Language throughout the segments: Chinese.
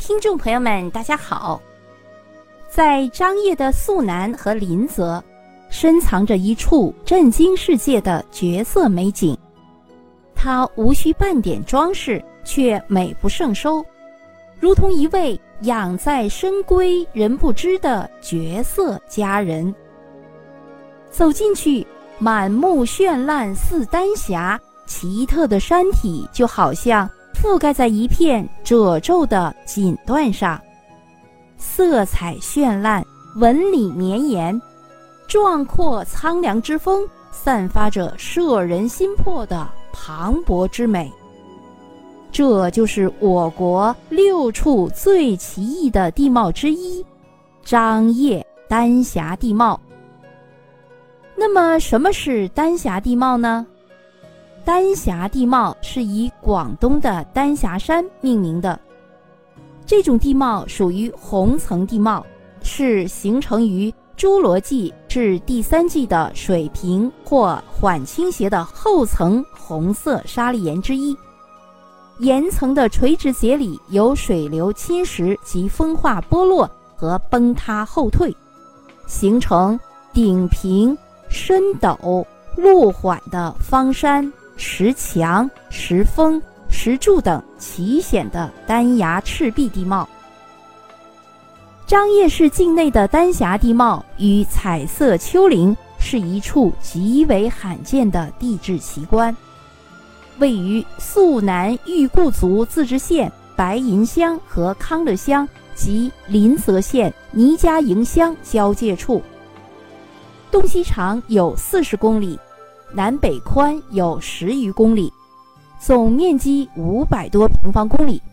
听众朋友们，大家好。在张掖的肃南和临泽，深藏着一处震惊世界的绝色美景。它无需半点装饰，却美不胜收，如同一位养在深闺人不知的绝色佳人。走进去，满目绚烂似丹霞，奇特的山体就好像覆盖在一片褶皱的锦缎上，色彩绚烂，纹理绵延，壮阔苍凉之风散发着摄人心魄的磅礴之美。这就是我国6处最奇异的地貌之一——张掖丹霞地貌。那么什么是丹霞地貌呢？丹霞地貌是以广东的丹霞山命名的。这种地貌属于红层地貌，是形成于侏罗纪至第3纪的水平或缓倾斜的后层红色砂砾岩之一。岩层的垂直节里有水流侵蚀及风化剥落和崩塌后退，形成顶平、深陡、路缓的方山、石墙、石峰、石柱等奇险的丹崖赤壁地貌。张掖市境内的丹霞地貌与彩色丘陵是一处极为罕见的地质奇观，位于肃南裕固族自治县白银乡和康乐乡及临泽县倪家营乡交界处，东西长有40公里，南北宽有10余公里，总面积500多平方公里。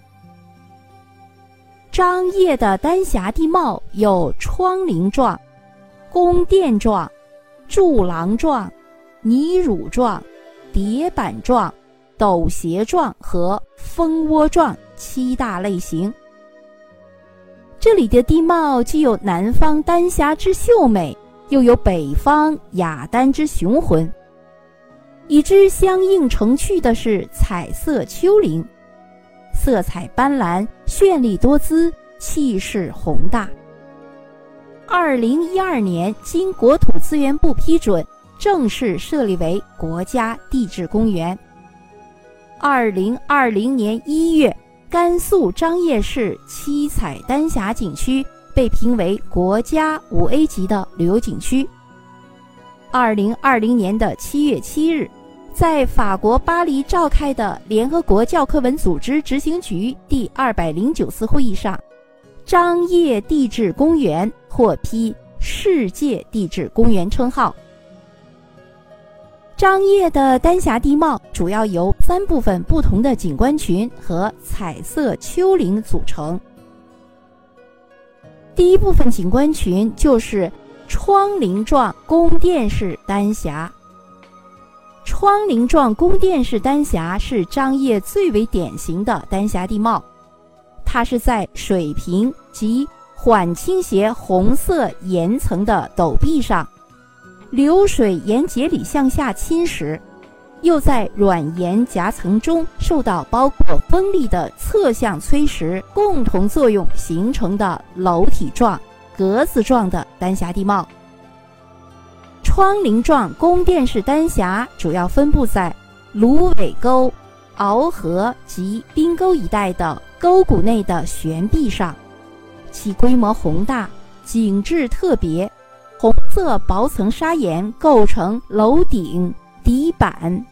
张掖的丹霞地貌有窗棂状、宫殿状、柱廊状、泥乳状、叠板状、陡斜状和蜂窝状7大类型。这里的地貌既有南方丹霞之秀美，又有北方雅丹之雄浑。与之相映成趣的是彩色丘陵，色彩斑斓，绚丽多姿，气势宏大。2012年经国土资源部批准，正式设立为国家地质公园。2020年1月，甘肃张掖市七彩丹霞景区被评为国家5A 级的旅游景区。2020年7月7日，在法国巴黎召开的联合国教科文组织执行局第209次会议上，张掖地质公园获批世界地质公园称号。张掖的丹霞地貌主要由3部分不同的景观群和彩色丘陵组成。第一部分景观群就是窗棂状宫殿式丹霞。窗棂状宫殿式丹霞是张掖最为典型的丹霞地貌，它是在水平及缓倾斜红色岩层的陡壁上，流水沿节里向下侵蚀，又在软岩夹层中受到包括风力的侧向催蚀共同作用形成的楼体状、格子状的丹霞地貌。窗棂状宫殿式丹霞主要分布在芦苇沟、鳌河及滨沟一带的沟谷内的悬壁上，其规模宏大，景致特别，红色薄层砂岩构成楼顶、底板，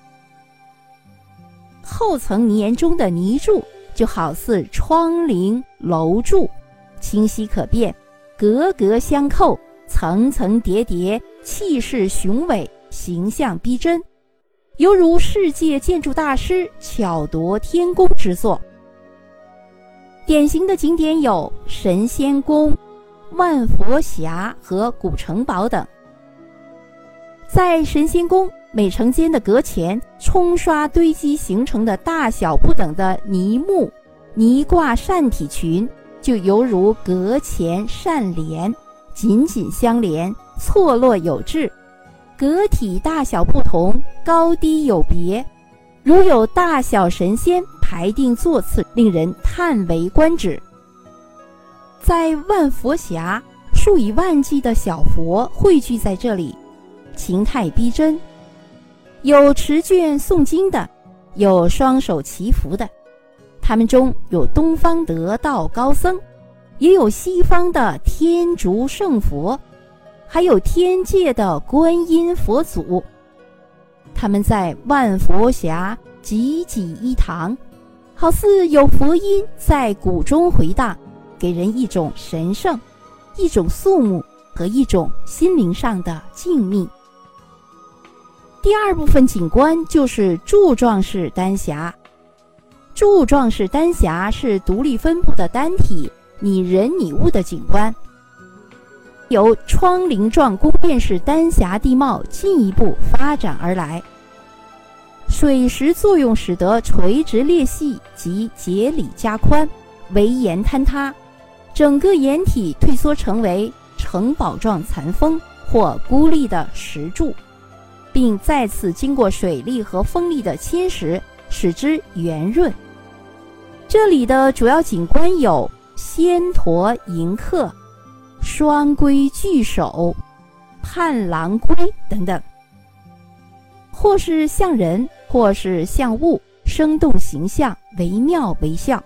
后层泥岩中的泥柱就好似窗棂、楼柱，清晰可辨，格格相扣，层层叠叠，气势雄伟，形象逼真，犹如世界建筑大师巧夺天工之作。典型的景点有神仙宫、万佛峡和古城堡等。在神仙宫，每城间的阁前冲刷堆积形成的大小不等的泥木、泥挂扇体群，就犹如阁前扇帘，紧紧相连，错落有致。阁体大小不同，高低有别，如有大小神仙排定座次，令人叹为观止。 在万佛峡，数以万计的小佛汇聚在这里，形态逼真，有持卷诵经的，有双手祈福的，他们中有东方得道高僧，也有西方的天竺圣佛，还有天界的观音佛祖。他们在万佛峡济济一堂，好似有佛音在鼓中回荡，给人一种神圣，一种肃穆和一种心灵上的静谧。第二部分景观就是柱状式丹霞。柱状式丹霞是独立分布的单体，拟人拟物的景观，由窗棂状宫殿式丹霞地貌进一步发展而来。水蚀作用使得垂直裂隙及节理加宽，围岩坍塌，整个岩体退缩成为城堡状残峰或孤立的石柱，并再次经过水力和风力的侵蚀，使之圆润。这里的主要景观有仙驼迎客、双龟聚首、盼郎龟等等，或是像人，或是像物，生动形象，惟妙惟肖。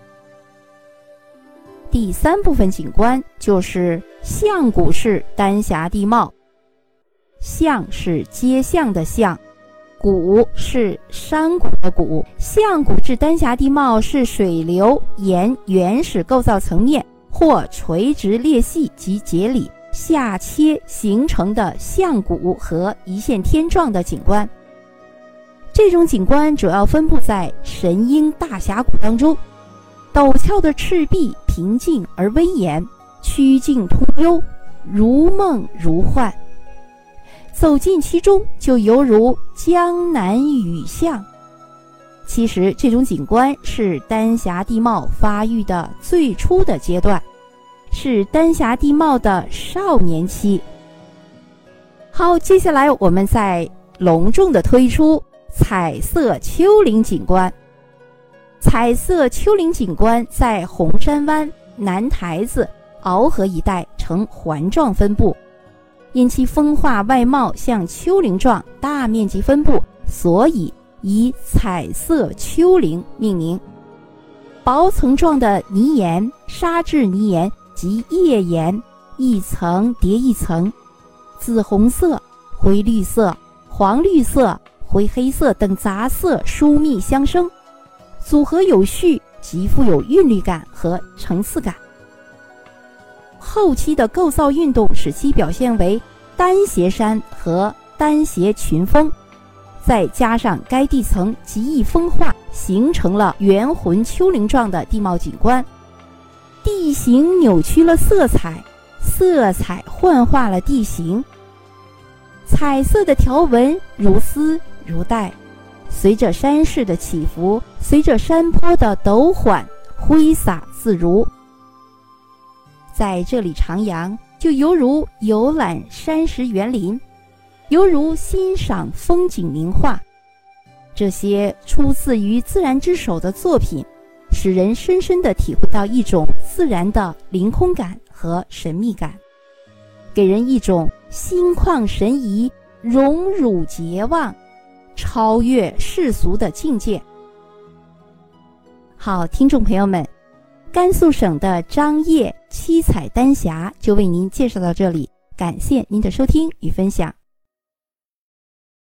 第三部分景观就是象谷式丹霞地貌。象是街巷的象，谷是山谷的谷。象谷制丹霞地貌是水流沿原始构造层面或垂直裂隙及节理下切形成的象谷和一线天状的景观。这种景观主要分布在神鹰大峡谷当中，陡峭的赤壁平静而威严，曲径通幽，如梦如幻。走进其中，就犹如江南雨巷。其实这种景观是丹霞地貌发育的最初的阶段，是丹霞地貌的少年期。好，接下来我们再隆重地推出彩色丘陵景观。彩色丘陵景观在红山湾、南台子、鳌河一带呈环状分布，因其风化外貌像丘陵状大面积分布，所以以彩色丘陵命名。薄层状的泥岩、沙质泥岩及页岩一层叠一层，紫红色、灰绿色、黄绿色、灰黑色等杂色疏密相生，组合有序，极富有韵律感和层次感。后期的构造运动使其表现为单斜山和单斜群峰，再加上该地层极易风化，形成了圆浑丘陵状的地貌景观。地形扭曲了色彩，色彩幻化了地形，彩色的条纹如丝如带，随着山势的起伏，随着山坡的陡缓，挥洒自如。在这里徜徉，就犹如游览山石园林，犹如欣赏风景名画。这些出自于自然之手的作品，使人深深地体会到一种自然的凌空感和神秘感，给人一种心旷神怡、荣辱桀忘、超越世俗的境界。好，听众朋友们，甘肃省的张掖七彩丹霞就为您介绍到这里，感谢您的收听与分享。